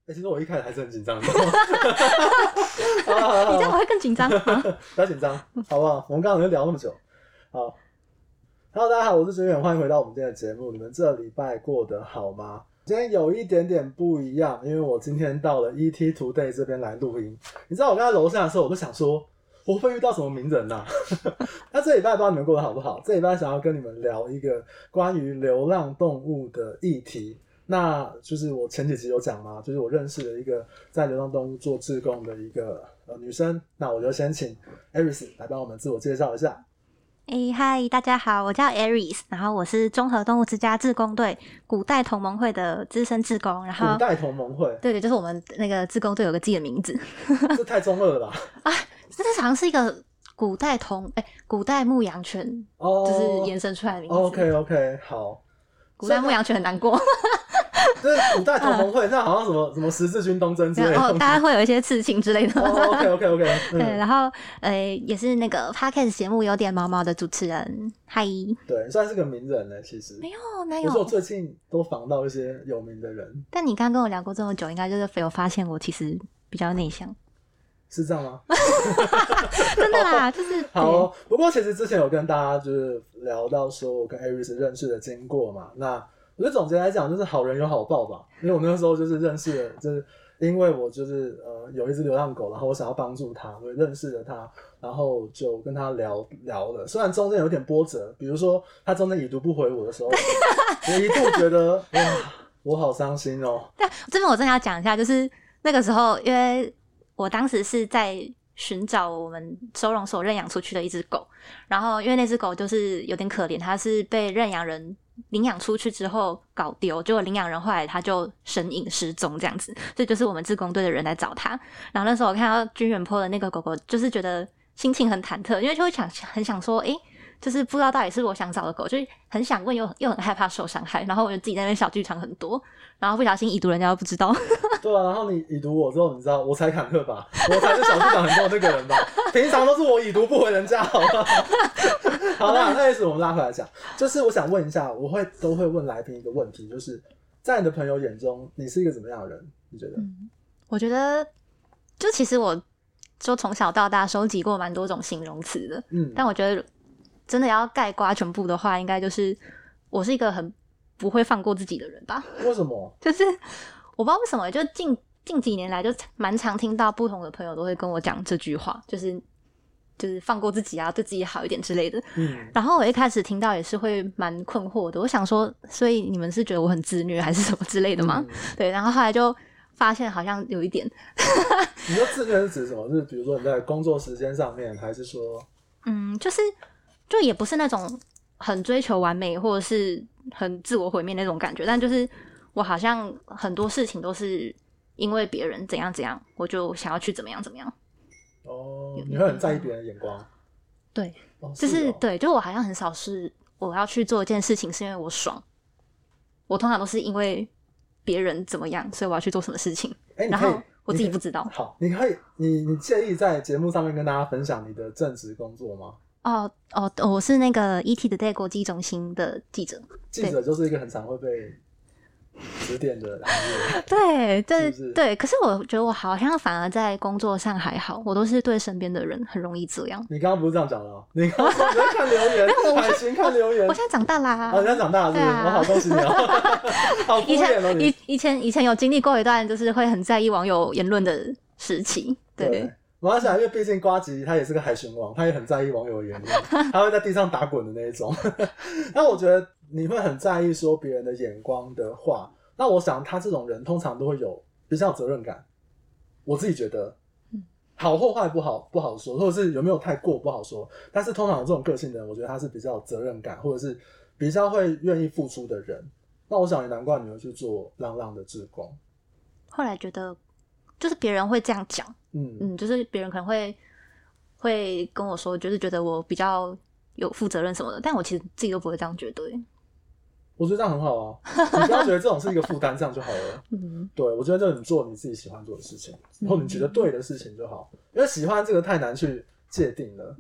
其实我一开始还是很紧张的。 你这样我会更紧张。 不要紧张，好不好？我们刚刚就聊那么久。好 ，Hello， 大家好，我是哲远，欢迎回到我们今天的节目。你们这礼拜过得好吗？今天有一点点不一样，因为我今天到了 ET Today 这边来录音。你知道我刚才楼下的时候，我就想说，我会不会遇到什么名人啊？那这礼拜不知道你们过得好不好？这礼拜想要跟你们聊一个关于流浪动物的议题。那就是我前几集有讲嘛，就是我认识了一个在流浪动物做志工的一个女生。那我就先请 Aris 来帮我们自我介绍一下。 嗨，大家好，我叫 Aris， 然后我是中和动物之家志工队古代同盟会的资深志工。然后古代同盟会， 对，就是我们那个志工队有个自己的名字。 这太中二了吧？ 这好像是一个古代牧羊犬，就是延伸出来的名字。 OK， 好。 古代牧羊犬很难过。 这是古代同盟会，那好像什么十字军东征之类的。 大家会有一些刺青之类的。 OK， 对，然后也是那个 Podcast 节目有点毛毛的主持人。嗨， 对，算是个名人呢，其实。 没有。 不是我最近都访到一些有名的人。 但你刚刚跟我聊过这么久，应该就是有发现我其实比较内向。是这样吗？ 真的啦，就是好。不过其实之前有跟大家就是聊到说我跟 Aris 认识的经过嘛，那我觉得总结来讲就是好人有好报吧。因为我那时候就是认识了，就是因为我就是有一只流浪狗，然后我想要帮助它，我认识了它，然后就跟它聊了。虽然中间有点波折，比如说它中间已读不回我的时候，我一度觉得哇，我好伤心哦。 对，这边我真的要讲一下，就是那个时候，因为我当时是在寻找我们收容所认养出去的一只狗，然后因为那只狗就是有点可怜，它是被认养人领养出去之后搞丢，结果领养人后来他就身影失踪这样子，所以就是我们志工队的人来找他。然后那时候我看到军远坡的那个狗狗，就是觉得心情很忐忑，因为就会很想说就是不知道到底是我想找的狗，就是很想问又很害怕受伤害，然后我就自己在那边小剧场很多，然后不小心已读人家都不知道。 对啊，然后你已读我之后，你知道我才坎坷吧？我才是小剧场很多的那个人吧？平常都是我已读不回人家，好吧？好啦，那也是我们拉回来讲，就是我想问一下，都会问来宾一个问题，就是在你的朋友眼中，你是一个怎么样的人？你觉得？ 我觉得，就其实我就从小到大收集过蛮多种形容词的，但我觉得真的要概括全部的话，应该就是我是一个很不会放过自己的人吧？ 为什么？ 就是我不知道为什么，就近几年来就蛮常听到不同的朋友都会跟我讲这句话，就是放过自己啊，对自己好一点之类的。然后我一开始听到也是会蛮困惑的，我想说，所以你们是觉得我很自虐还是什么之类的吗？对，然后后来就发现好像有一点。 你说自虐是指什么？是比如说你在工作时间上面，还是说？ 就也不是那种很追求完美或者是很自我毁灭那种感觉，但就是我好像很多事情都是因为别人怎样怎样，我就想要去怎么样怎么样。 你会很在意别人的眼光？ 对，就是对，就我好像很少是我要去做一件事情是因为我爽，我通常都是因为别人怎么样，所以我要去做什么事情，然后我自己不知道。 好，你介意在节目上面跟大家分享你的正职工作吗？ 我是那个 ET Today 国际中心的记者。 记者就是一个很常会被指点的行业。对，可是我觉得我好像反而在工作上还好，我都是对身边的人很容易这样。 你刚刚不是这样讲的哦？你刚刚说你在看留言，海巡看留言。 我现在长大啦。 你现在长大了是不是？我好恭喜你哦。好敷衍哦你。 以前有经历过一段就是会很在意网友言论的时期。对。 我要想，因为毕竟呱吉他也是个海巡王，他也很在意网友的言论，他会在地上打滚的那一种。那我觉得你会很在意说别人的眼光的话，那我想他这种人通常都会有比较有责任感。我自己觉得，好或坏不好说，或者是有没有太过不好说。但是通常有这种个性的人，我觉得他是比较有责任感，或者是比较会愿意付出的人。那我想也难怪你会去做浪浪的志工。 后来觉得，就是别人会这样讲。就是别人可能会跟我说，就是觉得我比较有负责任什么的，但我其实自己都不会这样觉得。 我觉得这样很好啊，你不要觉得这种是一个负担，这样就好了。对，我觉得就是你做你自己喜欢做的事情，或你觉得对的事情就好，因为喜欢这个太难去界定了。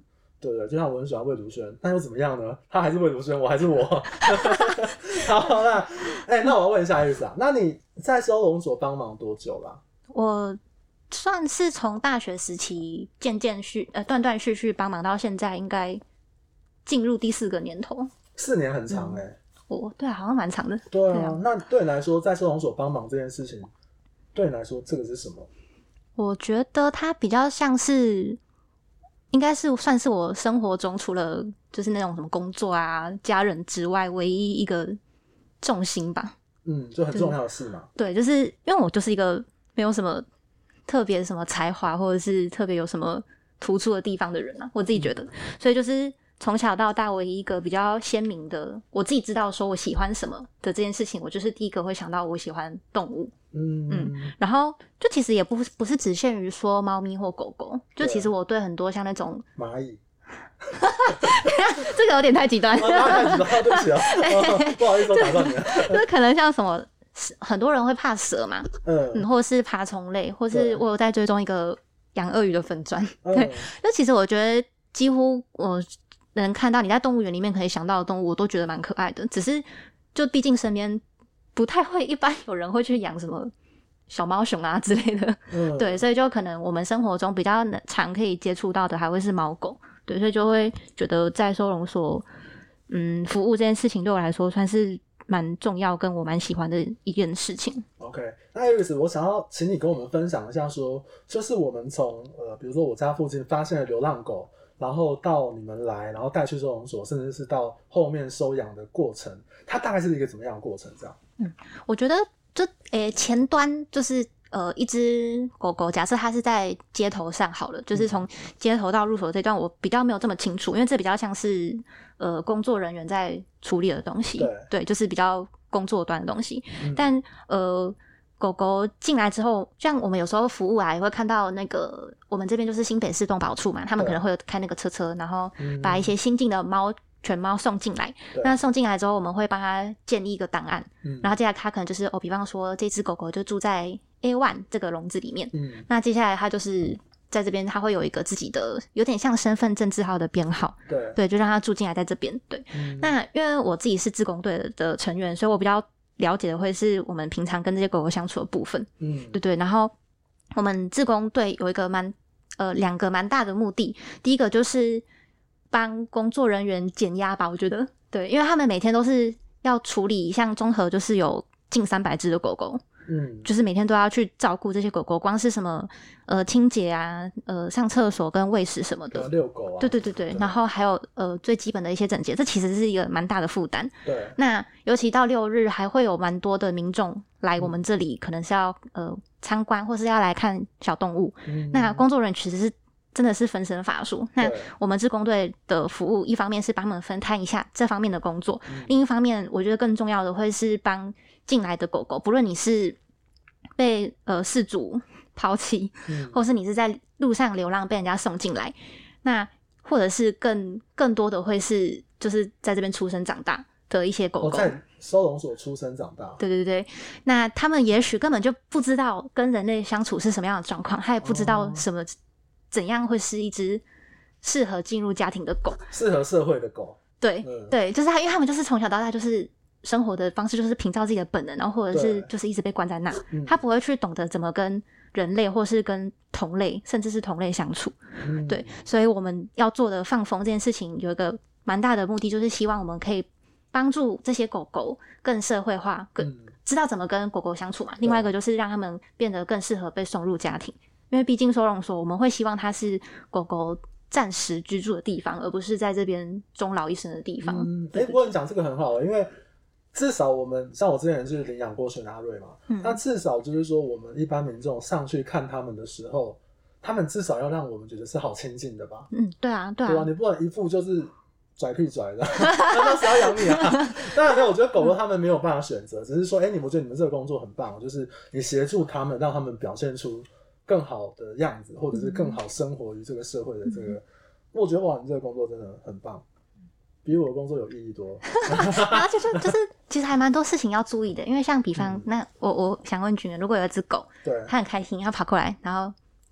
对对，就像我很喜欢魏如萱，那又怎么样呢？他还是魏如萱，我还是我。好，那我要问一下艾瑞莎，那你在收容所帮忙多久啦？ 我算是从大学时期渐渐断断续续帮忙到现在，应该进入第4个年头。 4年很长对啊，好像蛮长的。 对啊，那对你来说，在收容所帮忙这件事情，对你来说这个是什么？ 我觉得它比较像是，应该是算是我生活中除了就是那种什么工作啊、家人之外，唯一一个重心吧。 就很重要的事嘛。 对，就是因为我就是一个没有什么特别什么才华，或者是特别有什么突出的地方的人啊，我自己觉得，所以就是从小到大唯一一个比较鲜明的，我自己知道说我喜欢什么的这件事情，我就是第一个会想到我喜欢动物。然后就其实也不是只限于说猫咪或狗狗，就其实我对很多像那种蚂蚁， 这个有点太极端， 太极端，对不起啊，不好意思，我打断你了。 就是可能像什么，很多人会怕蛇嘛，或者是爬虫类，或是我有在追踪一个养鳄鱼的粉专，对，那其实我觉得几乎我能看到你在动物园里面可以想到的动物，我都觉得蛮可爱的，只是就毕竟身边不太会，一般有人会去养什么小猫熊啊之类的，对，所以就可能我们生活中比较常可以接触到的还会是猫狗，对，所以就会觉得在收容所服务这件事情对我来说算是蛮重要跟我蛮喜欢的一件事情。 OK， 那 Iris 我想要请你跟我们分享一下说，就是我们从比如说我家附近发现了流浪狗，然后到你们来，然后带去收容所，甚至是到后面收养的过程，它大概是一个怎么样的过程这样？ 我觉得就前端就是一只狗狗，假设它是在街头上好了，就是从街头到入所这段我比较没有这么清楚，因为这比较像是工作人员在处理的东西，对，就是比较工作端的东西。但狗狗进来之后，像我们有时候服务啊，也会看到那个我们这边就是新北市动保处嘛，他们可能会有开那个车，然后把一些新进的犬猫送进来，那送进来之后我们会帮他建立一个档案，然后接下来他可能就是比方说这只狗狗就住在 A1 这个笼子里面，那接下来他就是在这边他会有一个自己的有点像身份证字号的编号，对，就让他住进来在这边，对，那因为我自己是志工队的成员，所以我比较了解的会是我们平常跟这些狗狗相处的部分，对，然后我们志工队有一个2个蛮大的目的，第一个就是帮工作人员减压吧，我觉得对，因为他们每天都是要处理，像中和就是有近300只的狗狗，就是每天都要去照顾这些狗狗，光是什么清洁啊，上厕所跟喂食什么的， 遛狗啊， 对，然后还有最基本的一些整洁，这其实是一个蛮大的负担。 对， 那尤其到6日还会有蛮多的民众来我们这里，可能是要参观或是要来看小动物，那工作人员其实是真的是分身乏术。那我们志工队的服务，一方面是帮他们分摊一下这方面的工作，另一方面我觉得更重要的会是帮进来的狗狗，不论你是被饲主抛弃，或是你是在路上流浪被人家送进来，那或者是更多的会是就是在这边出生长大的一些狗狗， 在收容所出生长大， 对，那他们也许根本就不知道跟人类相处是什么样的状况，他也不知道怎样会是一只适合进入家庭的狗， 适合社会的狗， 对，就是因为他们就是从小到大就是生活的方式就是凭照自己的本能，然后或者是就是一直被关在那，他不会去懂得怎么跟人类或是跟同类甚至是同类相处，对，所以我们要做的放风这件事情有一个蛮大的目的，就是希望我们可以帮助这些狗狗更社会化，更知道怎么跟狗狗相处嘛。另外一个就是让他们变得更适合被送入家庭，因为毕竟收容所我们会希望它是狗狗暂时居住的地方，而不是在这边终老一生的地方。 不过你讲这个很好，因为至少我们像我之前是领养过雪纳瑞嘛，那至少就是说我们一般民众上去看他们的时候，他们至少要让我们觉得是好亲近的吧。 对啊， 你不能一副就是拽屁拽的，那谁要养你啊？当然，我觉得狗狗他们没有办法选择，只是说，我觉得你们这个工作很棒，就是你协助他们，让他们表现出更好的样子，或者是更好生活于这个社会的这个，我觉得哇，你这个工作真的很棒，比我的工作有意义多。 而且就是其实还蛮多事情要注意的，因为像比方那我想问君，如果有一只狗，对，它很开心，它跑过来，然后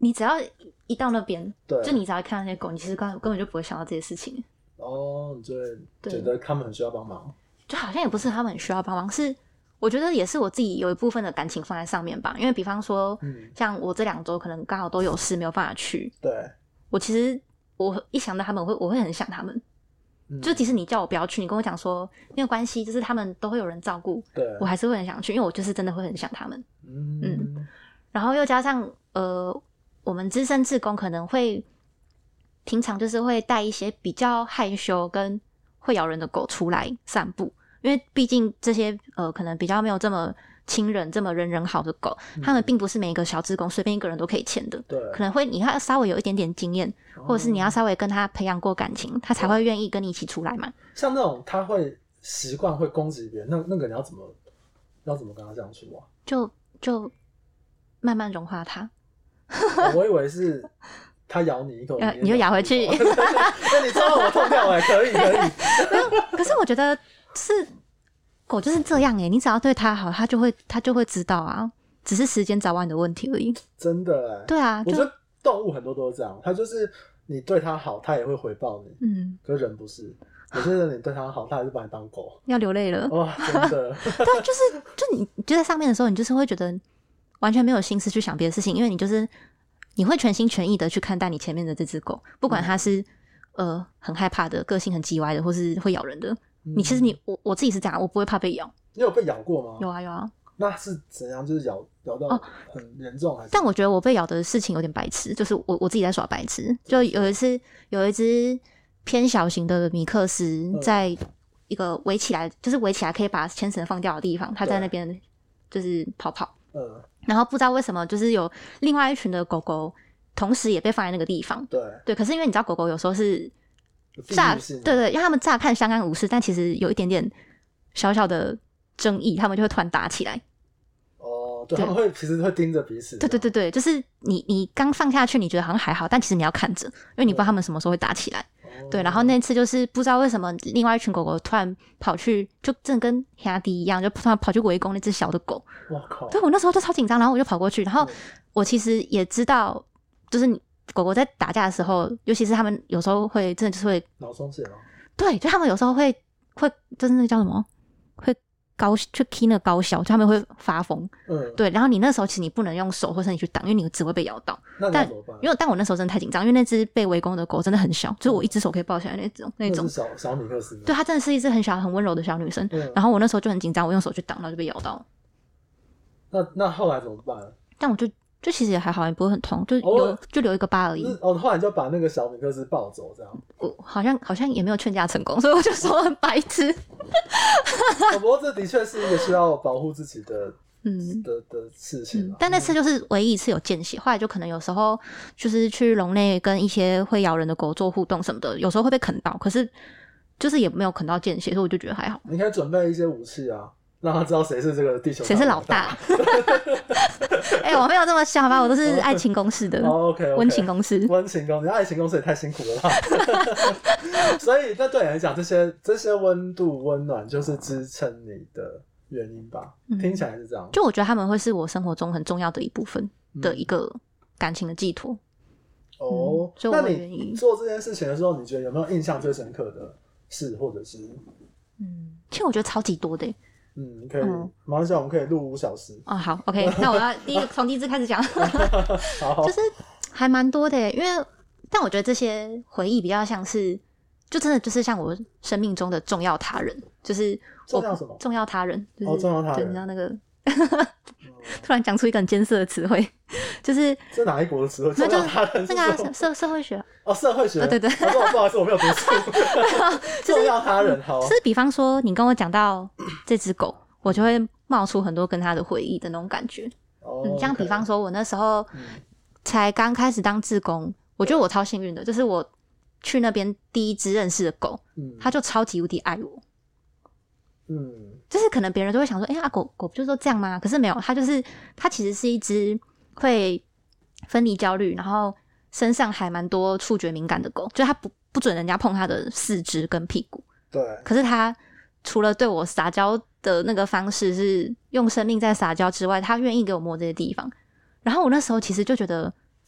你只要一到那边， 对， 就你只要看到那些狗，你其实根本就不会想到这些事情。 你就会觉得他们很需要帮忙， 就好像也不是他们很需要帮忙，是我觉得也是我自己有一部分的感情放在上面吧。因为比方说，像我这2周可能刚好都有事没有办法去， 对， 我其实我一想到他们，我会很想他们。就即使你叫我不要去，你跟我讲说没有关系，就是他们都会有人照顾， 对， 我还是会很想去，因为我就是真的会很想他们。然后又加上我们资深志工可能会平常就是会带一些比较害羞跟会咬人的狗出来散步，因为毕竟这些可能比较没有这么亲人这么人人好的狗，他们并不是每一个小志工随便一个人都可以牵的， 对， 可能会你要稍微有一点点经验，或者是你要稍微跟他培养过感情，他才会愿意跟你一起出来嘛。 像那种他会习惯会攻击别人，那个你要怎么跟他相处啊？ 就慢慢融化他。 我以为是他咬你一口， 你就咬回去。 那你知道我痛掉可以。 可是我觉得是狗就是这样你只要对它好，它就会知道啊，只是时间早晚的问题而已。真的对啊， 我觉得动物很多都是这样，它就是你对它好，它也会回报你。可是人不是，有些人你对它好，它还是把你当狗。要流泪了，哇，真的。对，就你就在上面的时候，你就是会觉得完全没有心思去想别的事情，因为你会全心全意的去看待你前面的这只狗，不管它是很害怕的、个性很叽歪的，或是会咬人的。你其实我自己是这样，我不会怕被咬。你有被咬过吗？有啊。那是怎样？就是咬到很严重还是？但我觉得我被咬的事情有点白痴，就是我自己在耍白痴。就有一次，有一只偏小型的米克斯，在一个围起来可以把牵绳放掉的地方，它在那边就是跑。然后不知道为什么，就是有另外一群的狗狗同时也被放在那个地方。对，可是因为你知道狗狗有时候是对，因为他们乍看相安无事，但其实有一点点小小的争议，他们就会突然打起来。对，他们其实会盯着彼此。对，就是你刚放下去，你觉得好像还好，但其实你要看着，因为你不知道他们什么时候会打起来。对，然后那次就是不知道为什么，另外一群狗狗突然跑去，就真的跟兄弟一样，就突然跑去围攻那只小的狗。哇靠！对，我那时候就超紧张，然后我就跑过去，然后我其实也知道，就是狗狗在打架的时候，尤其是他们有时候会真的就是会脑充血吗？对，就他们有时候会就是那个叫什么会去 key 那个高消，就他们会发疯。对，然后你那时候其实你不能用手或身体去挡，因为你只会被咬到。那你要怎么办？但我那时候真的太紧张，因为那只被围攻的狗真的很小，就是我一只手可以抱起来那种。是小米克斯。对，它真的是一只很小很温柔的小女生。然后我那时候就很紧张，我用手去挡，然后就被咬到。那后来怎么办？但我就其实也还好，也不会很痛，就留一个疤而已。后来就把那个小米克斯抱走，这样。我好像也没有劝架成功，所以我就说很白痴。不过这的确是一个需要保护自己的事情。但那次就是唯一一次有见血，后来就可能有时候就是去笼内跟一些会咬人的狗做互动什么的，有时候会被啃到，可是就是也没有啃到见血，所以我就觉得还好。你可以准备一些武器啊。让他知道谁是这个地球谁是老大。我没有这么小吧，我都是爱情公式的。OK， 温情公式，爱情公式也太辛苦了啦。所以那对你来讲，这些温度温暖就是支撑你的原因吧？听起来是这样。就我觉得他们会是我生活中很重要的一部分的一个感情的寄托。所以那你做这件事情的时候，你觉得有没有印象最深刻的事，或者是其实我觉得超级多的。可以，马上下我们可以录5小时。好 ，OK， 那我要从第一支开始讲。好，就是还蛮多的耶，因为但我觉得这些回忆比较像是，就真的就是像我生命中的重要他人，就是重要什么？重要他人，就是重要他人，你知道那个。突然讲出一个很艰涩的词汇，就是这哪一国的词汇？那就是那个社会学社会学。对，不好意思，我没有读书。重要他人，好，就是比方说你跟我讲到这只狗，我就会冒出很多跟他的回忆的那种感觉。像比方说我那时候才刚开始当志工，我觉得我超幸运的，就是我去那边第一只认识的狗，它就超级无敌爱我。就是可能别人都会想说，狗不就是都这样吗？可是没有，它其实是一只会分离焦虑，然后身上还蛮多触觉敏感的狗，就它不准人家碰它的四肢跟屁股。对。可是它除了对我撒娇的那个方式是用生命在撒娇之外，它愿意给我摸这些地方。然后我那时候其实就觉得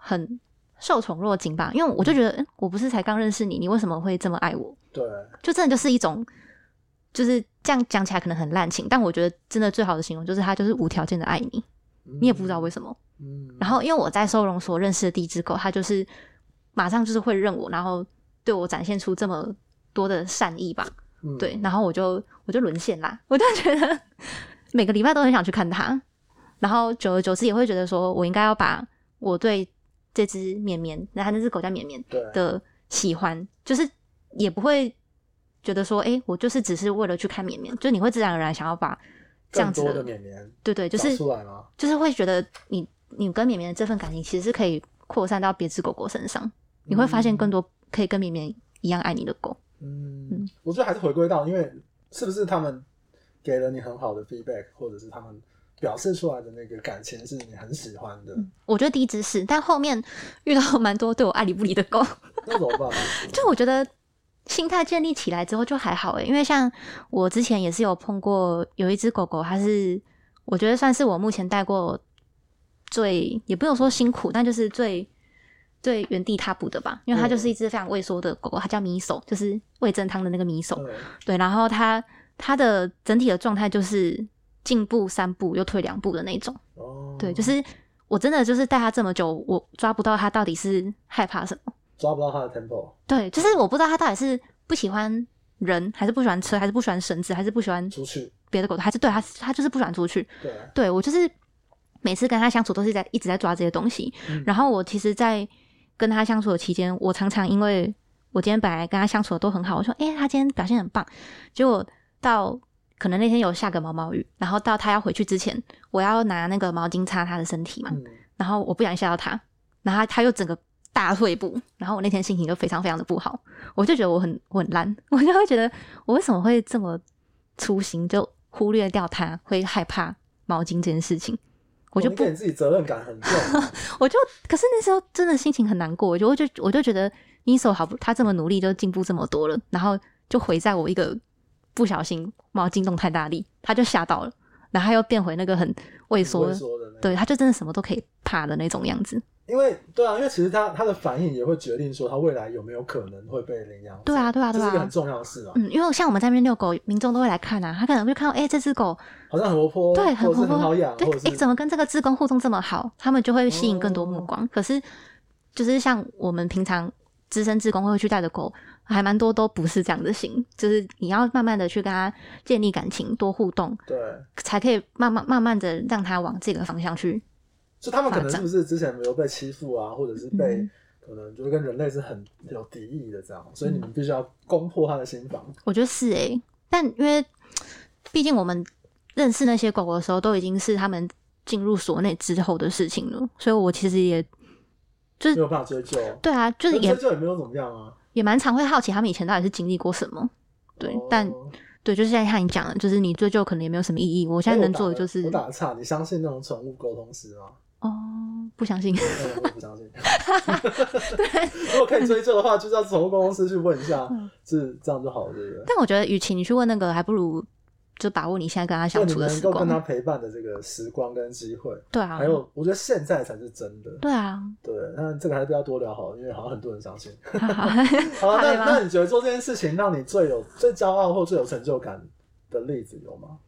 很受宠若惊吧，因为我就觉得，我不是才刚认识你，你为什么会这么爱我？ 对， 就真的就是一种，就是这样讲起来可能很滥情，但我觉得真的最好的形容就是他就是无条件的爱你，你也不知道为什么。然后因为我在收容所认识的第一只狗，它就是马上就是会认我，然后对我展现出这么多的善意吧。对，然后我就沦陷啦，我就觉得每个礼拜都很想去看它，然后久而久之也会觉得说我应该要把我对这只绵绵，那只狗叫绵绵的喜欢，就是也不会觉得说我就是只是为了去看绵绵，就你会自然而然想要把这样子更多的绵绵对就是出来吗？ 就是会觉得你跟绵绵的这份感情其实是可以扩散到别只狗狗身上，你会发现更多可以跟绵绵一样爱你的狗。 我觉得还是回归到，因为是不是他们给了你很好的 feedback， 或者是他们表示出来的那个感情是你很喜欢的。 我觉得第一只是，但后面遇到蛮多对我爱理不理的狗， 那怎么办？ 就我觉得心态建立起来之后就还好因为像我之前也是有碰过有一只狗狗，它是我觉得算是我目前带过最也不用说辛苦，但就是最原地踏步的吧，因为它就是一只非常畏缩的狗狗，它叫米手，就是味噌汤的那个米手。对，然后它的整体的状态就是进步3步又退2步的那种。对，就是我真的就是带它这么久，我抓不到它到底是害怕什么， 抓不到它的 tempo。 对，就是我不知道它到底是不喜欢人，还是不喜欢车，还是不喜欢绳子，还是不喜欢出去别的狗，还是对它就是不喜欢出去。对，我就是每次跟它相处都是一直在抓这些东西。然后我其实在跟他相处的期间，我常常因为我今天本来跟他相处的都很好，我说他今天表现很棒，结果到可能那天有下个毛毛雨，然后到他要回去之前，我要拿那个毛巾擦他的身体嘛，然后我不小心吓到他，然后他又整个大退步，然后我那天心情就非常非常的不好，我就觉得我很烂，我就会觉得我为什么会这么粗心，就忽略掉他会害怕毛巾这件事情。我就不， 你自己责任感很重可是那时候真的心情很难过，我就觉得Miso好，他这么努力就进步这么多了，然后就毁在我一个不小心毛巾动太大力，他就吓到了，然后他又变回那个很畏缩的对，他就真的什么都可以怕的那种样子。 因为其实他的反应也会决定说他未来有没有可能会被领养。 对啊， 这是一个很重要的事啊。 因为像我们在那边遛狗，民众都会来看啊，他可能会看到这只狗好像很活泼， 对，很活泼， 很好养， 对，怎么跟这个志工互动这么好，他们就会吸引更多目光。可是就是像我们平常资深志工会去带的狗，还蛮多都不是这样的型，就是你要慢慢的去跟他建立感情，多互动， 对， 才可以慢慢的让他往这个方向去。 就他们可能是不是之前没有被欺负啊，或者是被可能就是跟人类是很有敌意的这样，所以你们必须要攻破他的心房。我觉得是但因为毕竟我们认识那些狗狗的时候，都已经是他们进入所内之后的事情了，所以我其实也就是没有办法追究。 对啊，就是追究也没有怎么样啊， 也蛮常会好奇他们以前到底是经历过什么。对，但对，就是像你讲的，就是你追究可能也没有什么意义。我现在能做的就是我打个岔，你相信那种宠物沟通师吗？ 不相信。 我不相信。对，如果可以追究的话，就是要宠物沟通师去问一下，是这样就好了，对不对？ 但我觉得，与其你去问那个，还不如就把握你现在跟他相处的时光， 能够跟他陪伴的这个时光跟机会。 对啊， 还有，我觉得现在才是真的。 对啊， 对，那这个还是不要多聊好了，因为好像很多人相信。好，那你觉得做这件事情让你最骄傲或最有成就感的例子有吗？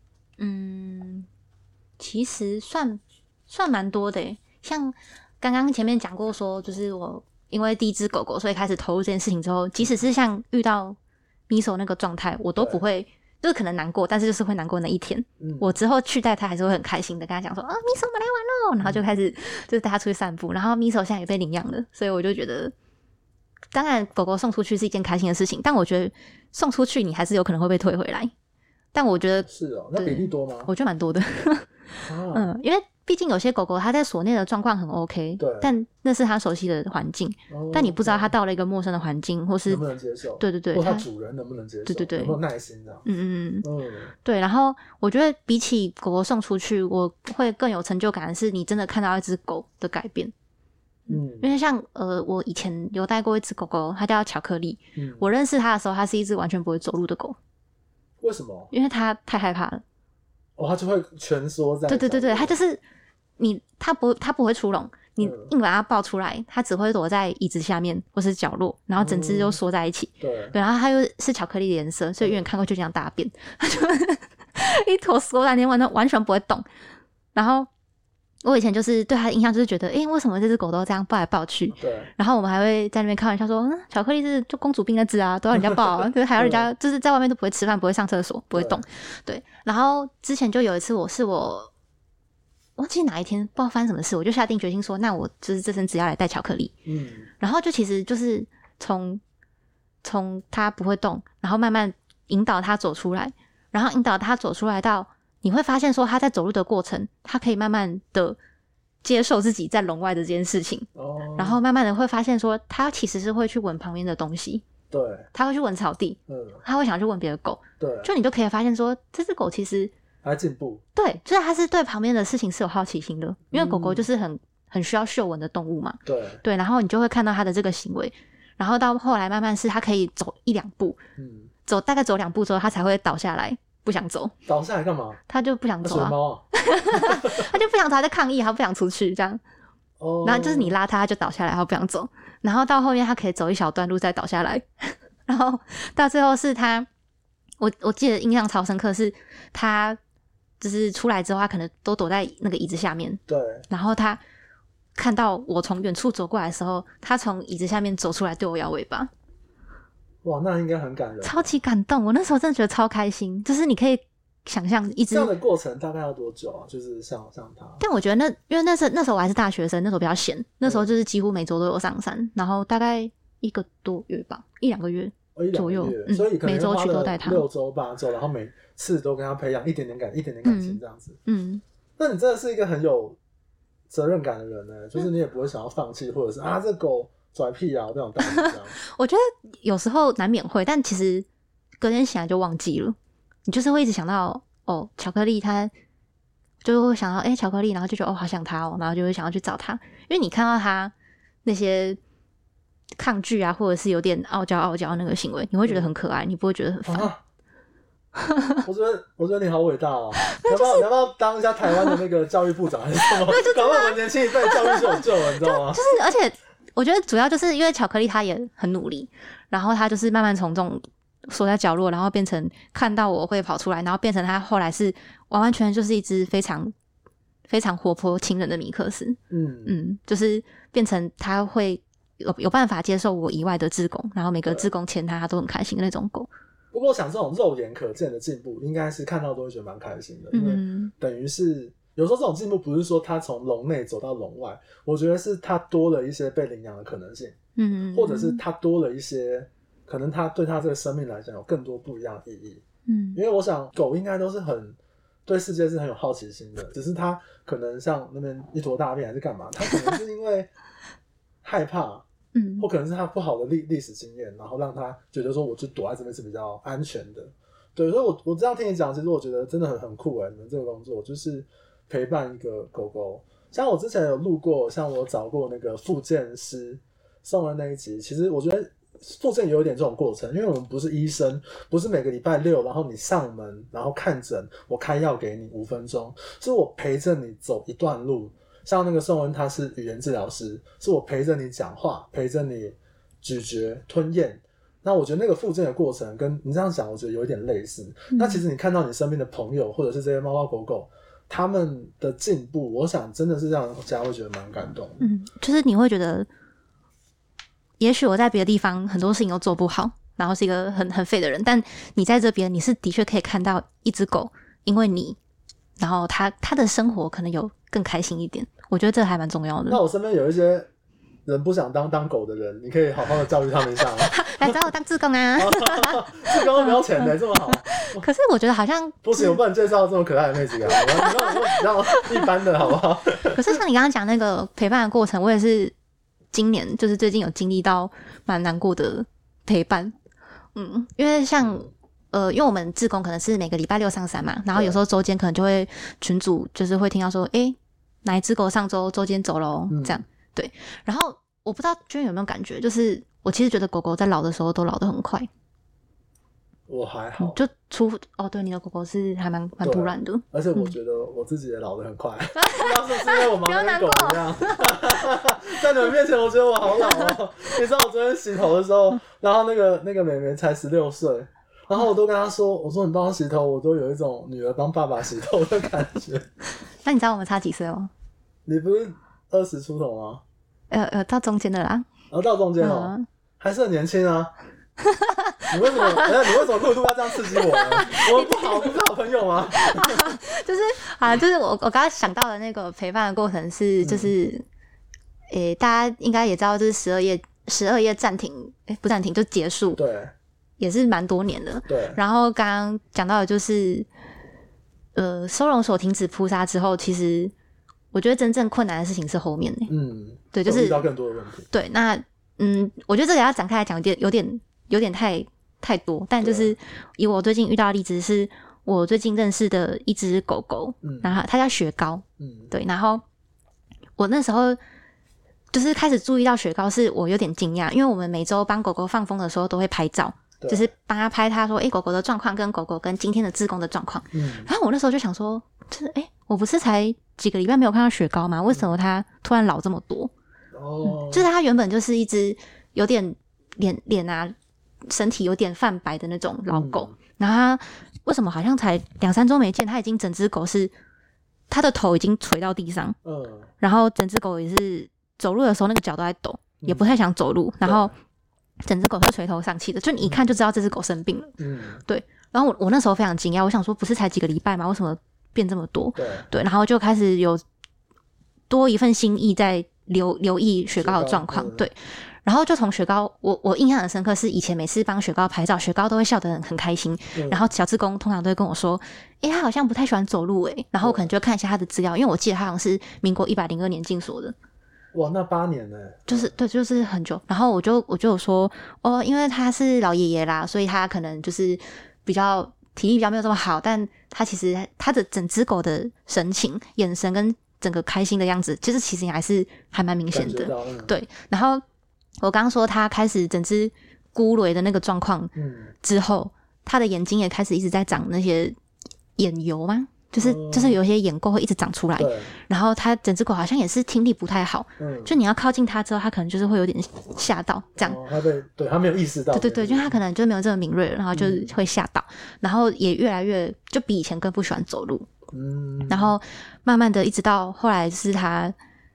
其实算蛮多的像刚刚前面讲过说，就是我因为第一只狗狗，所以开始投入这件事情之后，即使是像遇到Miso那个状态，我都不会，就是可能难过，但是就是会难过那一天。我之后去带他还是会很开心的跟他讲说Miso 我们来玩咯，然后就开始就是带他出去散步，然后Miso现在也被领养了，所以我就觉得当然狗狗送出去是一件开心的事情，但我觉得送出去你还是有可能会被退回来，但我觉得是那比例多吗？ 我觉得蛮多的因为毕竟有些狗狗它在所内的状况很 OK， 对， 但那是它熟悉的环境，但你不知道它到了一个陌生的环境，或是能不能接受， 对， 或它主人能不能接受， 对， 有没有耐心这样， 对。然后我觉得比起狗狗送出去，我会更有成就感的是你真的看到一只狗的改变。因为像我以前有带过一只狗狗，它叫巧克力，我认识它的时候，它是一只完全不会走路的狗。 为什么？ 因为它太害怕了。它就会蜷缩在。 对，它就是它不会出笼， 你硬把它抱出来，它只会躲在椅子下面或是角落，然后整只就缩在一起。 对， 然后它又是巧克力的颜色，所以远远看过去就像大便，它就一坨缩在那边，完全不会动。然后我以前就是对它的印象就是觉得，为什么这只狗都这样抱来抱去？ 对。 然后我们还会在那边开玩笑说，巧克力是就公主病那只啊，都要人家抱啊，就是还要人家就是在外面都不会吃饭，不会上厕所，不会动。对。然后之前就有一次，我忘记哪一天，不知道发生什么事，我就下定决心说，那我就是这阵子要来带巧克力。然后就其实就是从它不会动，然后慢慢引导它走出来，然后引导它走出来到你会发现说，它在走路的过程，它可以慢慢的接受自己在笼外的这件事情。然后慢慢的会发现说，它其实是会去闻旁边的东西。 对， 它会去闻草地，它会想去闻别的狗。 对， 就你就可以发现说，这只狗其实还进步。 对，就是它是对旁边的事情是有好奇心的，因为狗狗就是很需要嗅闻的动物嘛。对，然后你就会看到它的这个行为，然后到后来慢慢是它可以走1-2步，大概走2步之后，它才会倒下来，不想走。 倒下来干嘛？ 它就不想走啊。 水猫啊。 它就不想走，它在抗议，它不想出去这样。然后就是你拉它就倒下来，它不想走。然后到后面它可以走一小段路再倒下来，然后到最后是它，我记得印象超深刻，是它就是出来之后，它可能都躲在那个椅子下面。 对。然后它看到我从远处走过来的时候，它从椅子下面走出来对我摇尾巴。 哇，那应该很感人。 超级感动，我那时候真的觉得超开心，就是你可以想象一直这样的过程大概要多久啊？就是像他。 但我觉得因为那时候我还是大学生，那时候比较闲，那时候就是几乎每周都有上山，然后大概1个多月吧，1-2个月左右， 所以可能每周去都带他 6周8周，然后每次都跟他培养一点点感情这样子。那你真的是一个很有责任感的人呢，就是你也不会想要放弃，或者是这狗拽屁啊这种道理这样。 我觉得有时候难免会，但其实隔天醒来就忘记了。你就是会一直想到巧克力，它就会想到巧克力，然后就觉得好想它然后就会想要去找它，因为你看到它那些抗拒啊，或者是有点傲娇那个行为，你会觉得很可爱，你不会觉得很烦。 我觉得你好伟大哦！你要不要当一下台湾的那个教育部长还是什么？搞不好我们年轻一辈教育是有救了，你知道吗？ 就是而且我觉得主要就是因为巧克力他也很努力，然后他就是慢慢从这种缩在角落，然后变成看到我会跑出来，然后变成他后来是完完全全就是一只非常非常活泼亲人的米克斯。就是变成他会有办法接受我以外的志工，然后每个志工牵他都很开心的那种狗。 不过像这种肉眼可见的进步，应该是看到都会觉得蛮开心的，因为等于是有时候这种进步不是说他从笼内走到笼外，我觉得是他多了一些被领养的可能性，或者是他多了一些可能他对他这个生命来讲有更多不一样的意义。因为我想狗应该都是很对世界是很有好奇心的，只是他可能像那边一坨大便还是干嘛，他可能是因为害怕或可能是他不好的历史经验，然后让他觉得说我就躲在这边是比较安全的。对，所以我这样听你讲，其实我觉得真的很酷你们这个工作就是陪伴一个狗狗。像我之前有录过，像我找过那个复健师送的那一集，其实我觉得复健有点这种过程，因为我们不是医生，不是每个礼拜6然后你上门然后看诊，我开药给你5分钟，是我陪着你走一段路。像那个宋恩他是语言治疗师，是我陪着你讲话，陪着你咀嚼吞咽。那我觉得那个复健的过程跟你这样讲我觉得有一点类似。那其实你看到你身边的朋友或者是这些猫猫狗狗他们的进步，我想真的是让人家会觉得蛮感动的。 就是你会觉得也许我在别的地方很多事情都做不好，然后是一个很废的人，但你在这边你是的确可以看到一只狗因为你，然后他的生活可能有更开心一点，我觉得这还蛮重要的。 那我身边有一些人不想当狗的人，你可以好好的教育他们一下吗？ 来找我当志工啊！ 志工都不要钱的，这么好。 可是我觉得好像不行，我不能介绍这么可爱的妹子给他，你让我比较一般的好不好？ 可是像你刚刚讲那个陪伴的过程，我也是今年就是最近有经历到蛮难过的陪伴。因为像因为我们志工可能是每个礼拜6上山嘛，然后有时候周间可能就会群组就是会听到说哪一只狗上周间走咯这样。对，然后我不知道娟有没有感觉，就是我其实觉得狗狗在老的时候都老得很快。 我还好， 就对，你的狗狗是还蛮突然的， 而且我觉得我自己也老得很快，不知道是不是因为我忙得跟狗一样。在你们面前，我觉得我好老哦。你知道我昨天洗头的时候，然后那个妹妹才16岁，然后我都跟她说，我说你帮我洗头，我都有一种女儿帮爸爸洗头的感觉。 那你知道我们差几岁吗？ 你不是20出头吗？ 到中间的啦。 到中间哦，还是很年轻啊。你为什么路途要这样刺激我呢？我们不是好朋友吗？ 就是我刚刚想到的那个陪伴的过程是，就是大家应该也知道，就是12页暂停，不暂停就结束， 对， 也是蛮多年的。 对。 然后刚刚讲到的就是收容所停止扑杀之后，其实我觉得真正困难的事情是后面对，就是遇到更多的问题。 对，那我觉得这个要展开来讲，有点太多，但就是以我最近遇到的例子，是我最近认识的一只狗狗，然后它叫雪糕，对，然后我那时候就是开始注意到雪糕，是我有点惊讶，因为我们每周帮狗狗放风的时候都会拍照，就是帮他拍他说狗狗的状况跟狗狗跟今天的志工的状况，然后我那时候就想说，就是我不是才几个礼拜没有看到雪糕吗？为什么它突然老这么多？就是它原本就是一只有点脸啊身体有点泛白的那种老狗，然后它为什么好像才2-3周没见，它已经整只狗是它的头已经垂到地上，然后整只狗也是走路的时候那个脚都在抖，也不太想走路，然后整只狗是垂头丧气的，就你一看就知道这只狗生病了。对。然后我那时候非常惊讶，我想说不是才几个礼拜吗？为什么变这么多？对，然后就开始有多一份心意在留意雪糕的状况，对。然后就从雪糕，我印象很深刻，是以前每次帮雪糕拍照，雪糕都会笑得很开心。然后小志工通常都会跟我说，他好像不太喜欢走路然后我可能就会看一下他的资料，因为我记得他好像是民国102年进所的。 哇，那8年呢？ 就是很久。然后我就有说，因为他是老爷爷啦，所以他可能就是比较体力比较没有这么好，但他其实他的整只狗的神情、眼神跟整个开心的样子，其实还蛮明显的。对，然后我刚刚说他开始整只孤雷的那个状况之后，他的眼睛也开始一直在长那些眼油吗？就是有些眼垢会一直长出来，然后他整只狗好像也是听力不太好，就你要靠近它之后，它可能就是会有点吓到这样。 他没有意识到， 对，就他可能就没有这么敏锐了，然后就是会吓到，然后也越来越就比以前更不喜欢走路，然后慢慢的一直到后来是他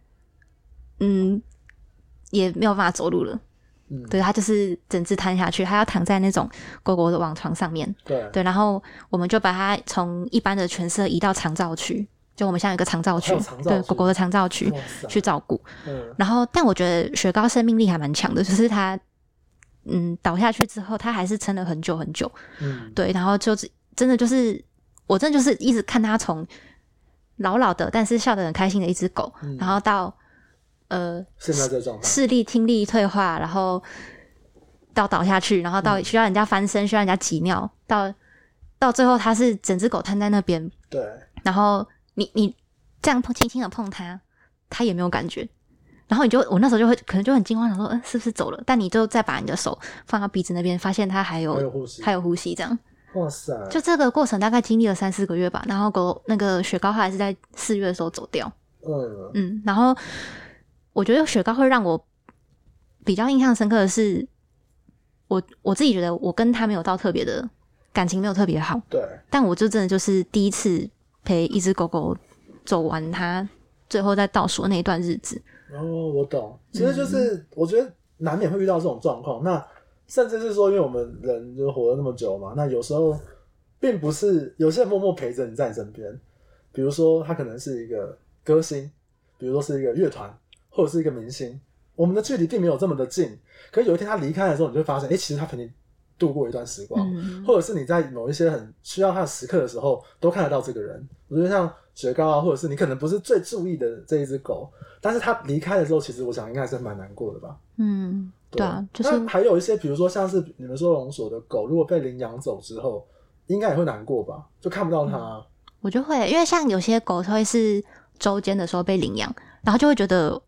也没有办法走路了。对，他就是整只瘫下去，他要躺在那种狗狗的网床上面。对，然后我们就把它从一般的犬舍移到长照区，就我们现在有一个长照区，对，狗狗的长照区去照顾。然后，但我觉得雪糕生命力还蛮强的，就是它倒下去之后，它还是撑了很久很久。对，然后就真的就是我真的就是一直看它从老老的，但是笑得很开心的一只狗，然后到现在这状态， 视力听力退化，然后到倒下去，然后到需要人家翻身，需要人家挤尿，到最后它是整只狗瘫在那边， 对， 然后你这样轻轻的碰它也没有感觉，然后我那时候就会可能就很惊慌，想说是不是走了？但你就再把你的手放到鼻子那边，发现它还有呼吸，这样。 哇塞！ 就这个过程大概经历了3-4个月吧，然后那个雪糕还是在4月的时候走掉。然后我觉得雪糕会让我比较印象深刻的是，我自己觉得我跟他没有到特别的感情，没有特别好。 对。 但我就真的就是第一次陪一只狗狗走完它最后在倒数的那一段日子。 我懂。其实就是我觉得难免会遇到这种状况。那甚至是说，因为我们人就活了那么久嘛，那有时候并不是有些人默默陪着你在你身边，比如说他可能是一个歌星，比如说是一个乐团。或者是一个明星，我们的距离并没有这么的近，可是有一天他离开的时候，你就会发现，其实他陪你度过一段时光，或者是你在某一些很需要他的时刻的时候，都看得到这个人。我觉得像雪糕啊，或者是你可能不是最注意的这一只狗，但是他离开的时候，其实我想应该还是蛮难过的吧。 对啊，就是。 那还有一些，比如说像是你们收容所的狗，如果被领养走之后，应该也会难过吧？就看不到它。 我就会，因为像有些狗会是周间的时候被领养，然后就会觉得。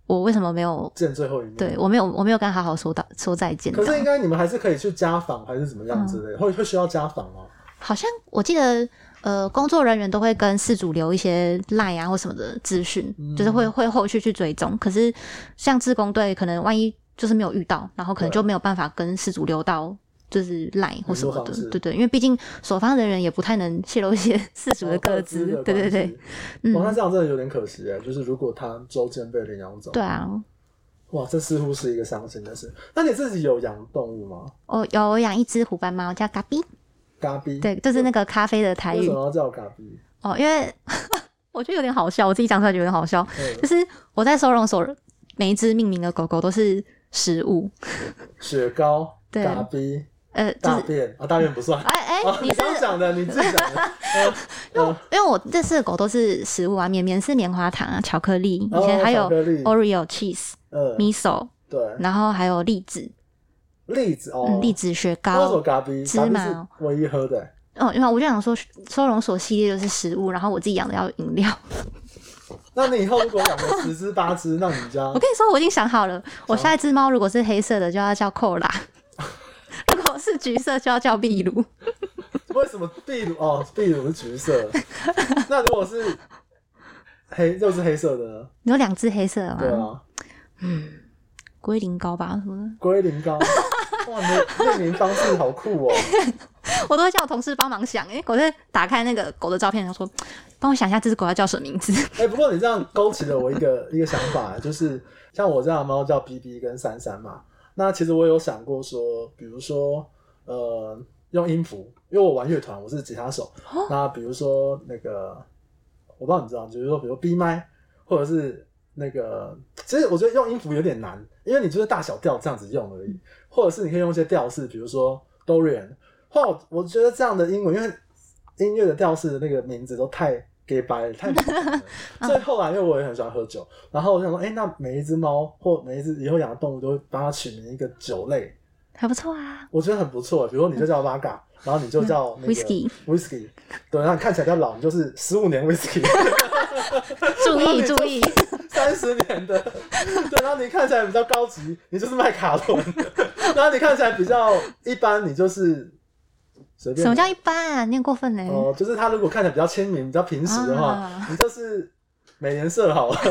我为什么没有见最后一面？ 对，我没有跟他好好说再见。 可是应该你们还是可以去家访还是怎么样之类的，会需要家访吗？ 好像我记得工作人员都会跟饲主留一些 LINE 啊或什么的资讯，就是会后续去追踪。可是像志工队可能万一就是没有遇到，然后可能就没有办法跟饲主留到就是 LINE 或什么的，对对，因为毕竟守方人员也不太能泄露一些饲主的个资，对对对。 那这样真的有点可惜耶，就是如果他周间被领养走， 对啊， 哇，这似乎是一个伤心的事。那你自己有养动物吗？ 有养一只虎斑猫叫嘎比。 嘎比， 对，就是那个咖啡的台语。 为什么要叫嘎比？ 因为我觉得有点好笑，我自己讲出来觉得有点好笑。就是我在收容所每一只命名的狗狗都是食物， 雪糕、嘎比、大便大便不算。你刚讲的，你自己讲的。 因为我这4个狗都是食物啊，绵绵是棉花糖啊，巧克力，以前还有 Oreo cheese、miso， 对，然后还有栗子。 栗子栗子雪糕、芝麻， 唯一喝的。 因为我就想说，收容所系列就是食物，然后我自己养的要饮料。 那你以后如果养个10只8只，那你家…… 我跟你说，我已经想好了，我下一只猫如果是黑色的，就要叫扣拉；如果是橘色，就要叫秘鲁。 为什么秘鲁？秘鲁是橘色。那如果是就是黑色的呢？ 你有2只黑色的吗？ 对啊。 龟苓膏吧什么的。 龟苓膏。哇，你的命名方式好酷哦！ 我都会叫我同事帮忙想，我在打开那个狗的照片，然后说帮我想一下这只狗要叫什么名字。 不过你这样勾起了我一个想法，就是像我这样的猫叫 BB 跟33嘛，那其实我有想过说，比如说用音符，因为我玩乐团，我是吉他手，那比如说那个我不知道你知道，就是说比如 B 麦或者是那个，其实我觉得用音符有点难，因为你就是大小调这样子用而已，或者是你可以用一些调式，比如说 Dorian， 或我觉得这样的英文，因为音乐的调式的那个名字都太 gay 白了，太难了。所以后来因为我也很喜欢喝酒，然后我想说，那每一只猫或每一只以后养的动物都会帮它取名一个酒类， 还不错啊， 我觉得很不错。比如说你就叫 Vaga，然后你就叫那个 Whisky， 对，然后你看起来比较老，你就是15年 Whisky。 注意 ，30年的，对，然后你看起来比较高级，你就是麦卡伦，然后你看起来比较一般，你就是随便。 什么叫一般啊？你很过分呢。 就是他如果看起来比较亲民、比较平实的话，你就是美颜色好了。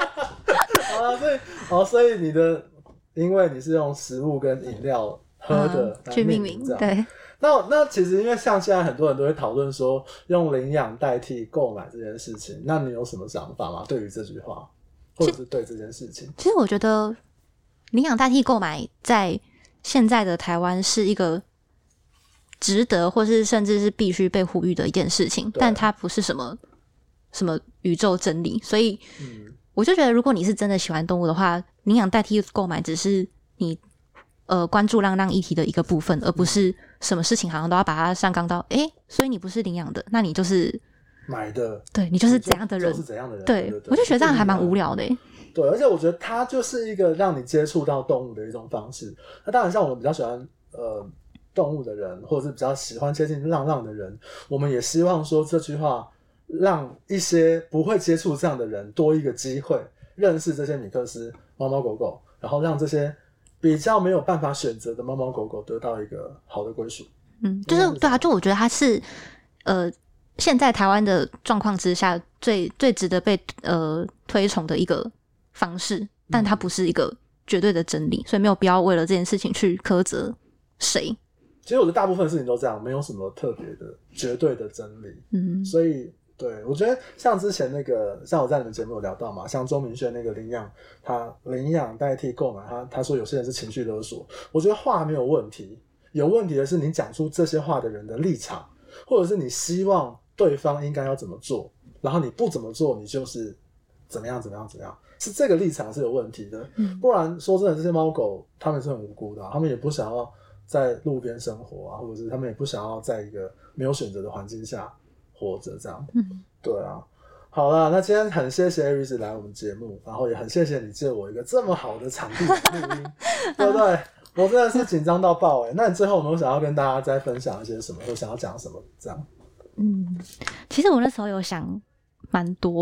所以你的，因为你是用食物跟饮料喝的去命名，对。 那其实因为像现在很多人都会讨论说用领养代替购买这件事情，那你有什么想法吗？对于这句话，或者是对这件事情？ 其实我觉得领养代替购买在现在的台湾是一个值得或是甚至是必须被呼吁的一件事情，但它不是什么宇宙真理，所以我就觉得如果你是真的喜欢动物的话，领养代替购买只是你关注浪浪议题的一个部分，而不是什么事情好像都要把它上纲到所以你不是领养的，那你就是买的， 对，你就是怎样的人， 就是怎样的人。 对，我就觉得这样还蛮无聊的。 对，而且我觉得它就是一个让你接触到动物的一种方式。那当然，像我们比较喜欢动物的人，或者是比较喜欢接近浪浪的人，我们也希望说这句话让一些不会接触这样的人多一个机会认识这些米克斯猫猫狗狗，然后让这些比较没有办法选择的猫猫狗狗得到一个好的归属。 就是对啊，就我觉得它是现在台湾的状况之下最值得被推崇的一个方式，但它不是一个绝对的真理，所以没有必要为了这件事情去苛责谁。 其实我觉得大部分的事情都这样，没有什么特别的绝对的真理。所以对，我觉得像之前那个，像我在你们节目有聊到嘛，像周明轩那个领养代替购买，他说有些人是情绪勒索，我觉得话没有问题，有问题的是你讲出这些话的人的立场，或者是你希望对方应该要怎么做，然后你不怎么做，你就是怎么样，是这个立场是有问题的。不然说真的，这些猫狗他们是很无辜的他们也不想要在路边生活啊，或者是他们也不想要在一个没有选择的环境下活着这样。对啊。好啦，那今天很谢谢 Aries 来我们节目，然后也很谢谢你借我一个这么好的场地录音，对不对？我真的是紧张到爆那你最后有没有想要跟大家再分享一些什么，或想要讲什么这样？ 其实我那时候有想蛮多，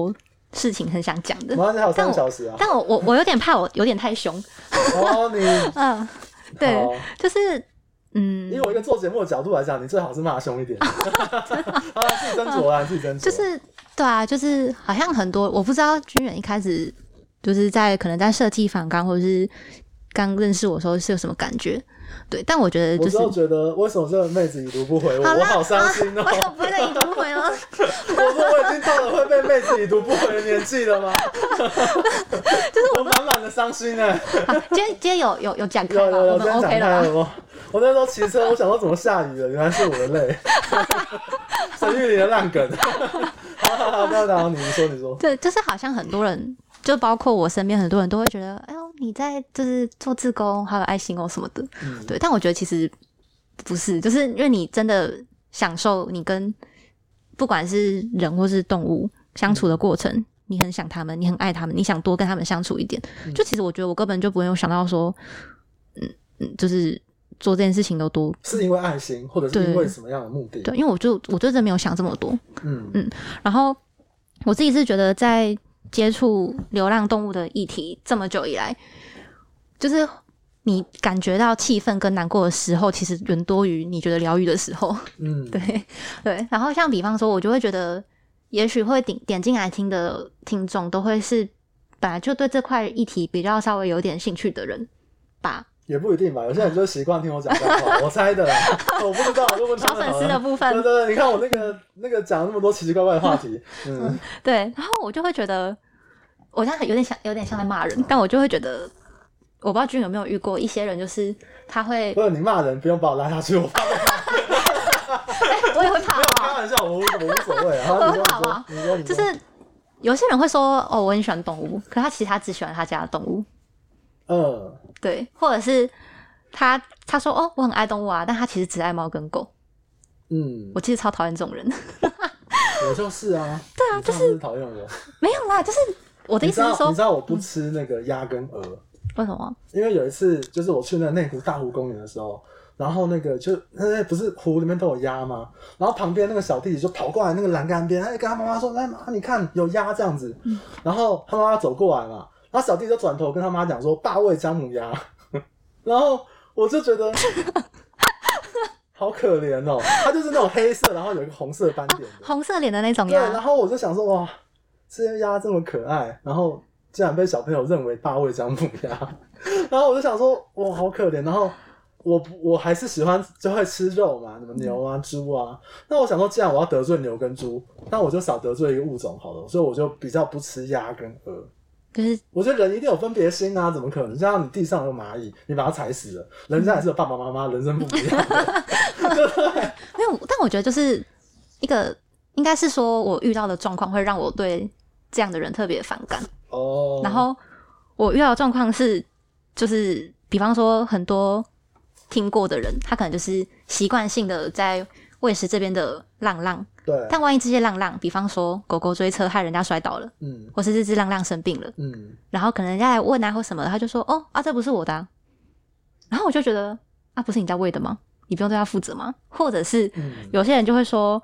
事情很想讲的。 马上还有3个小时啊！ 但我有点怕，我有点太凶。 哦，你对，就是以我一个做节目的角度来讲，你最好是骂凶一点。好啦，自己斟酌啦，自己斟酌。 就是对啊，就是好像很多我不知道军远一开始就是可能在设计访纲或者是刚认识我的时候是有什么感觉。对，但我觉得就是我觉得为什么这个妹子已读不回我，我好伤心哦。 我不会再已读不回了。 我说我已经到了会被妹子已读不回的年纪了吗？就是我满满的伤心哎。 今天有讲开吗？我们 OK 了。 我那时候骑车，我想说怎么下雨了，原来是我的泪。陈玉玲的烂梗。好，不要打扰你说。 对，就是好像很多人，就包括我身边很多人都会觉得，哎呦，你在就是做志工，好有爱心哦什么的。对，但我觉得其实不是，就是因为你真的享受你跟不管是人或是动物相处的过程，你很想他们，你很爱他们，你想多跟他们相处一点。就其实我觉得我根本就不用想到说，就是做这件事情都多是因为爱心，或者是因为什么样的目的？ 对，因为我真的没有想这么多。然后我自己是觉得在接触流浪动物的议题这么久以来，就是你感觉到气愤跟难过的时候，其实远多于你觉得疗愈的时候。对。然后像比方说，我就会觉得，也许会点进来听的听众，都会是本来就对这块议题比较稍微有点兴趣的人吧。 也不一定吧，有些人就习惯听我讲干话，我猜的啦，我不知道，就问他们好了。 小粉丝的部分， 对，你看我那个讲那么多奇奇怪怪的话题， 对，然后我就会觉得，我现在有点像在骂人，但我就会觉得，我不知道君有没有遇过一些人，就是他会， 不是你骂人，不用把我拉下去，我怕。 我也会怕， 没有开玩笑，我无所谓啊。 我会怕吗？就是有些人会说，哦，我很喜欢动物，可是他只喜欢他家的动物。对，或者是他说哦，我很爱动物啊，但他其实只爱猫跟狗。我其实超讨厌这种人。 我就是啊。 对啊，就是讨厌我。 没有啦，就是我的意思是说， 你知道我不吃那个鸭跟鹅。 为什么？ 因为有一次就是我去那个内湖大湖公园的时候，然后那个就不是湖里面都有鸭吗？然后旁边那个小弟弟就跑过来那个栏杆边，跟他妈妈说：“来妈，你看有鸭这样子。”然后他妈妈走过来嘛。然后小弟就转头跟他妈讲说：“爸喂姜母鸭。”然后我就觉得好可怜哦，他就是那种黑色，然后有一个红色斑点的， 红色脸的那种鸭。 对，然后我就想说，哇，这些鸭这么可爱，然后竟然被小朋友认为爸喂姜母鸭，然后我就想说，哇，好可怜。然后我还是喜欢就会吃肉嘛，什么牛啊、猪啊。那我想说，既然我要得罪牛跟猪，那我就少得罪一个物种好了，所以我就比较不吃鸭跟鹅。 就是我觉得人一定有分别心啊，怎么可能？像你地上有蚂蚁，你把它踩死了，人家也是有爸爸妈妈，人生不一样的，对不对？ 没有，但我觉得就是一个，应该是说我遇到的状况会让我对这样的人特别反感。然后我遇到的状况是，就是比方说很多听过的人，他可能就是习惯性的在喂食这边的浪浪。 对， 但万一这些浪浪，比方说狗狗追车害人家摔倒了，或是这只浪浪生病了，然后可能人家来问啊或什么的，他就说哦啊这不是我的啊，然后我就觉得啊不是你在喂的吗？你不用对他负责吗？或者是有些人就会说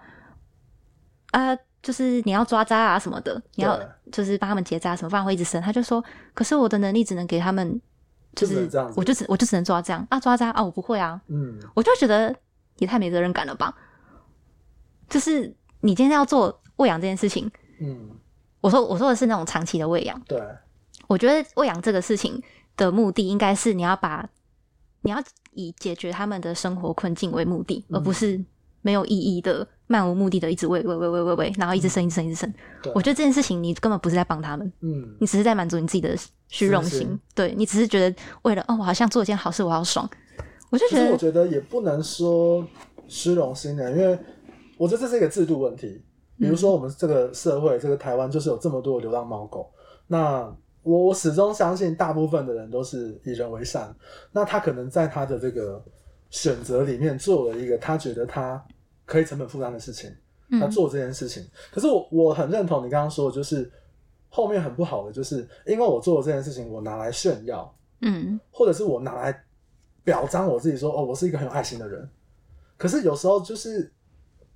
就是你要抓渣啊什么的，你要就是帮他们结扎什么，不然会一直生。他就说可是我的能力只能给他们，就是我就只能抓这样啊，抓渣啊我不会啊，我就觉得也太没责任感了吧。就是你今天要做喂养这件事情，我说的是那种长期的喂养。 对， 我觉得喂养这个事情的目的应该是你要以解决他们的生活困境为目的，而不是没有意义的漫无目的的一直喂，然后一直生。我觉得这件事情你根本不是在帮他们，你只是在满足你自己的虚荣心。对，你只是觉得为了我好像做一件好事，我好爽。我就觉得， 可是我觉得也不能说虚荣心的，因为我觉得这是一个制度问题。比如说我们这个社会，这个台湾就是有这么多的流浪猫狗，那我始终相信大部分的人都是以人为善，那他可能在他的这个选择里面做了一个他觉得他可以成本负担的事情，他做这件事情。可是我很认同你刚刚说的，就是后面很不好的，就是因为我做了这件事情，我拿来炫耀，或者是我拿来表彰我自己说，哦，我是一个很有爱心的人。可是有时候就是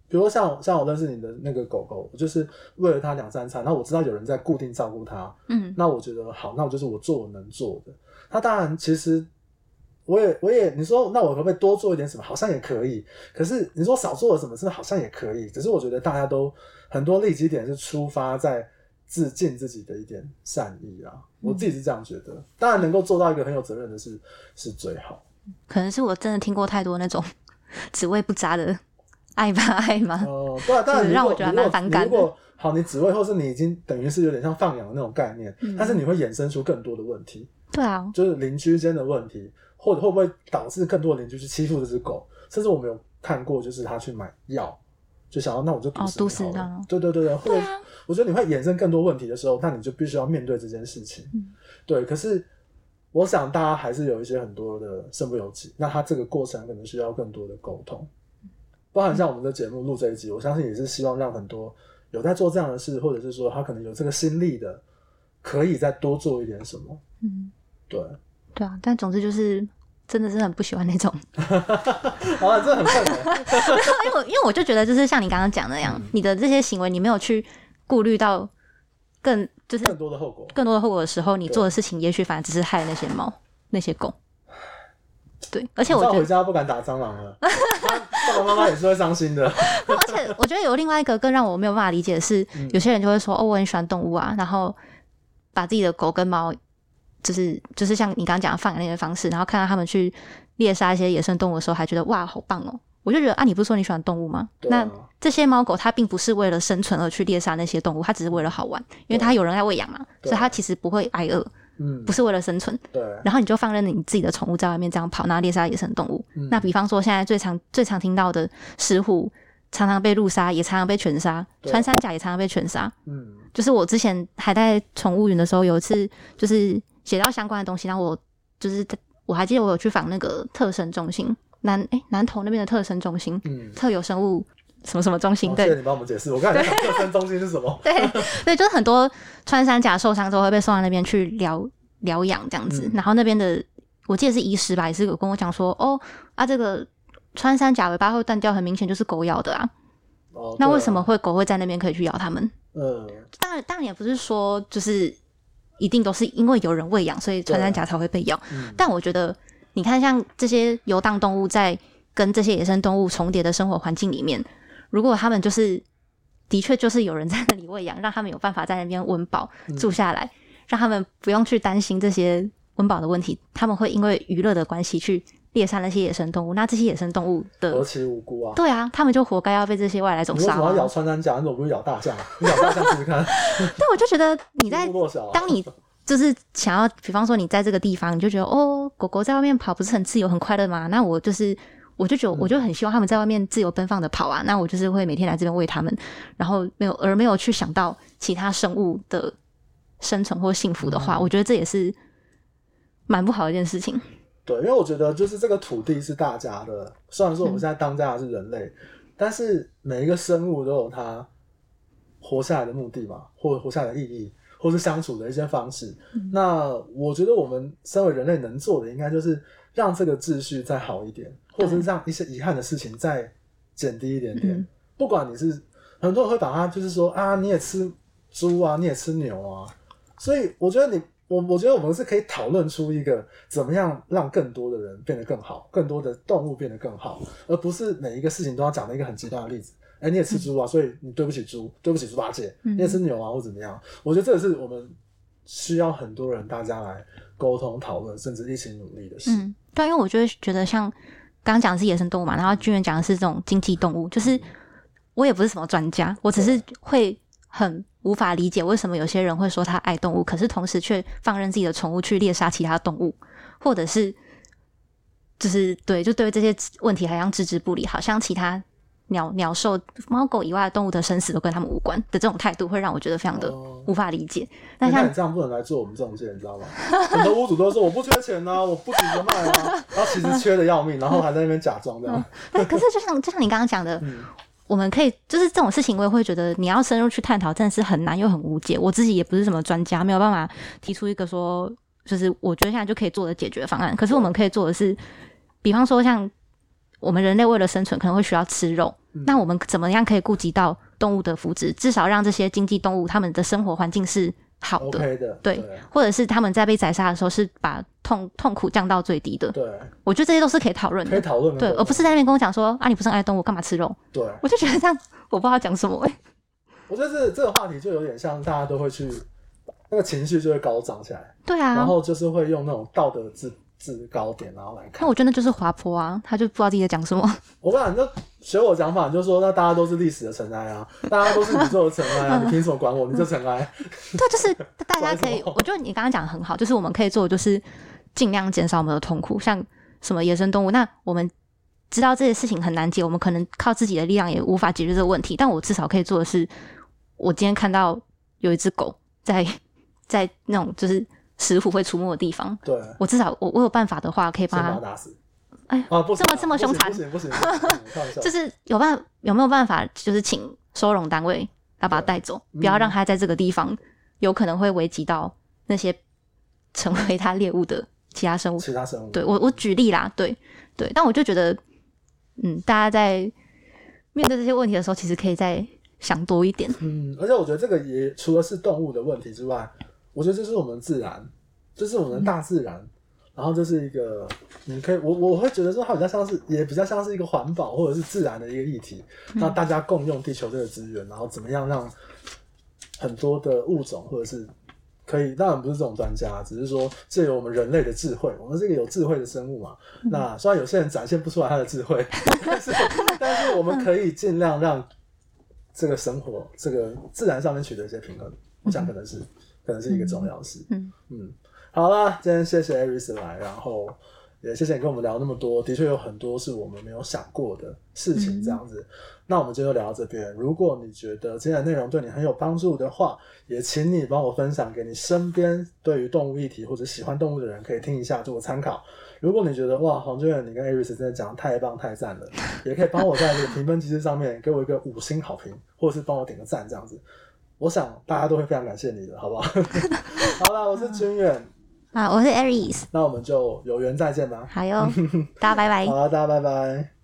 比如说像我认识你的那个狗狗，我就是为了它2、3餐，然后我知道有人在固定照顾它，那我觉得好，那我就是我做我能做的。那当然，其实我也你说那我可不可以多做一点什么？好像也可以。可是你说少做了什么，是不是好像也可以？只是我觉得大家都很多利基点是出发在尽自己的一点善意啊，我自己是这样觉得。当然能够做到一个很有责任的是最好。 可能是我真的听过太多那种只为不渣的爱吧爱吗？ 对啊，当然让我觉得蛮反感的。 如果好，你只为或是你已经等于是有点像放养的那种概念，但是你会衍生出更多的问题。 对啊， 就是邻居间的问题，或者会不会导致更多的邻居去欺负这只狗？甚至我们有看过，就是他去买药，就想要那我就毒死你好了。对，或者我觉得你会衍生更多问题的时候，那你就必须要面对这件事情。对，可是我想大家还是有一些很多的身不由己，那他这个过程可能需要更多的沟通，包含像我们的节目录这一集，我相信也是希望让很多有在做这样的事，或者是说他可能有这个心力的，可以再多做一点什么。对啊， 但总之就是真的是很不喜欢那种好了，这很笨因为我就觉得就是像你刚刚讲的那样，你的这些行为你没有去顾虑到更多的后果的时候，你做的事情也许反而只是害那些猫那些狗。对，而且我觉得回家不敢打蟑螂了爸爸妈妈也是会伤心的而且我觉得有另外一个更让我没有办法理解的是，有些人就会说我很喜欢动物啊，然后把自己的狗跟猫就是像你刚刚讲的放养那些方式，然后看到他们去猎杀一些野生动物的时候还觉得哇好棒哦。我就觉得你不是说你喜欢动物吗？那这些猫狗它并不是为了生存而去猎杀那些动物，它只是为了好玩，因为它有人在喂养嘛，所以它其实不会挨饿，不是为了生存。 对， 然后你就放任你自己的宠物在外面这样跑，然后猎杀野生动物。那比方说现在最常听到的石虎常常被路杀，也常常被拳杀，穿山甲也常常被拳杀。就是我之前还在宠物园的时候，有一次就是写到相关的东西，然后我还记得我有去访那个特生中心，南投那边的特生中心，特有生物什么什么中心。对， 谢谢你帮我们解释。我刚才在想特生中心是什么？ 对，就是很多穿山甲受伤之后会被送到那边去疗养这样子。然后那边的我记得是医师吧，也是有跟我讲说，这个穿山甲尾巴会断掉，很明显就是狗咬的啊。那为什么狗会在那边可以去咬它们？当然也不是说就是一定都是因为有人喂养，所以穿山甲才会被咬。但我觉得，你看像这些游荡动物在跟这些野生动物重叠的生活环境里面，如果他们的确就是有人在那里喂养，让他们有办法在那边温饱住下来，让他们不用去担心这些温饱的问题，他们会因为娱乐的关系去猎杀那些野生动物，那这些野生动物的何其无辜啊！ 对啊，他们就活该要被这些外来种杀。 你为什么要咬穿山甲？你怎么不是咬大象？你咬大象试试看。 但我就觉得你在当你就是想要，比方说你在这个地方，你就觉得狗狗在外面跑不是很自由很快乐吗？那我就觉得我就很希望他们在外面自由奔放的跑啊。那我就是会每天来这边喂他们，然后没有去想到其他生物的生存或幸福的话，我觉得这也是蛮不好的一件事情。 对，因为我觉得就是这个土地是大家的，虽然说我们现在当家的是人类，但是每一个生物都有它活下来的目的嘛，或者活下来的意义，或是相处的一些方式。那我觉得我们身为人类能做的，应该就是让这个秩序再好一点，或者是让一些遗憾的事情再减低一点点。不管你是很多人会把它就是说你也吃猪啊，你也吃牛啊，所以我觉得我觉得我们是可以讨论出一个怎么样让更多的人变得更好，更多的动物变得更好，而不是每一个事情都要讲的一个很极端的例子。你也吃猪啊，所以你对不起猪，对不起猪八戒。你也吃牛啊，或怎么样？我觉得这个是我们需要很多人大家来沟通讨论，甚至一起努力的事。 对，因为我就会觉得像刚刚讲的是野生动物嘛，然后君元讲的是这种经济动物，就是我也不是什么专家，我只是会很无法理解为什么有些人会说他爱动物，可是同时却放任自己的宠物去猎杀其他动物，或者是就是对这些问题好像置之不理，好像其他鸟兽猫狗以外的动物的生死都跟他们无关的这种态度，会让我觉得非常的无法理解。那像你这样不能来做我们这种事，你知道吗？很多屋主都说我不缺钱啊，我不急着卖啊，然后其实缺的要命，然后还在那边假装这样。 可是就像你刚刚讲的，我们可以就是这种事情，我也会觉得你要深入去探讨，真的是很难又很无解。我自己也不是什么专家，没有办法提出一个说，就是我觉得现在就可以做的解决方案。可是我们可以做的是，比方说像我们人类为了生存，可能会需要吃肉， 那我们怎么样可以顾及到动物的福祉？至少让这些经济动物他们的生活环境是好的， OK 的， 对，或者是他们在被宰杀的时候是把痛苦降到最低的。 对， 我觉得这些都是可以讨论的， 可以讨论的， 对，而不是在那边跟我讲说啊，你不是很爱动物，干嘛吃肉？ 对， 我就觉得这样，我不知道讲什么我觉得这个话题就有点像大家都会去那个情绪就会高涨起来， 对啊， 然后就是会用那种道德制高点然后来看。 那我觉得那就是滑坡啊，他就不知道自己在讲什么。 我跟你讲，你就学我讲法，你就说那大家都是历史的尘埃啊，大家都是宇宙的尘埃啊，你凭什么管我？你这尘埃。 对，就是大家可以，我觉得你刚刚讲的很好，就是我们可以做的就是尽量减少我们的痛苦，像什么野生动物，那我们知道这些事情很难解，我们可能靠自己的力量也无法解决这个问题，但我至少可以做的是，我今天看到有一只狗在那种就是石虎会出没的地方， 对， 我至少我有办法的话，可以帮它打死。 哎， 不行这么凶残， 不行， 就是有没有办法，就是请收容单位来把它带走，不要让它在这个地方有可能会危及到那些成为它猎物的其他生物。对，我举例啦，对，但我就觉得，大家在面对这些问题的时候，其实可以再想多一点。 而且我觉得这个也除了是动物的问题之外，我觉得这是我们自然，这是我们的大自然。然后这是一个，你可以，我会觉得说它也比较像是一个环保或者是自然的一个议题，让大家共用地球这个资源，然后怎么样让很多的物种或者是可以，当然不是这种专家，只是说借由我们人类的智慧，我们是一个有智慧的生物嘛。那虽然有些人展现不出来他的智慧，但是我们可以尽量让这个生活，这个自然上面取得一些平衡，我想可能是一个重要的事。好啦，今天谢谢 Aries 来，然后也谢谢你跟我们聊那么多，的确有很多是我们没有想过的事情这样子。那我们今天就聊到这边，如果你觉得今天的内容对你很有帮助的话，也请你帮我分享给你身边对于动物议题或者喜欢动物的人，可以听一下做个参考。如果你觉得哇，黄俊远你跟 Aries 真的讲得太棒太赞了，也可以帮我在这个评分机制上面给我一个5星好评，或者是帮我点个赞这样子，我想大家都会非常感谢你的，好不好？好啦，我是君远我是 Aries， 那我们就有缘再见吧。 好哟，大家拜拜。 好，大家拜拜。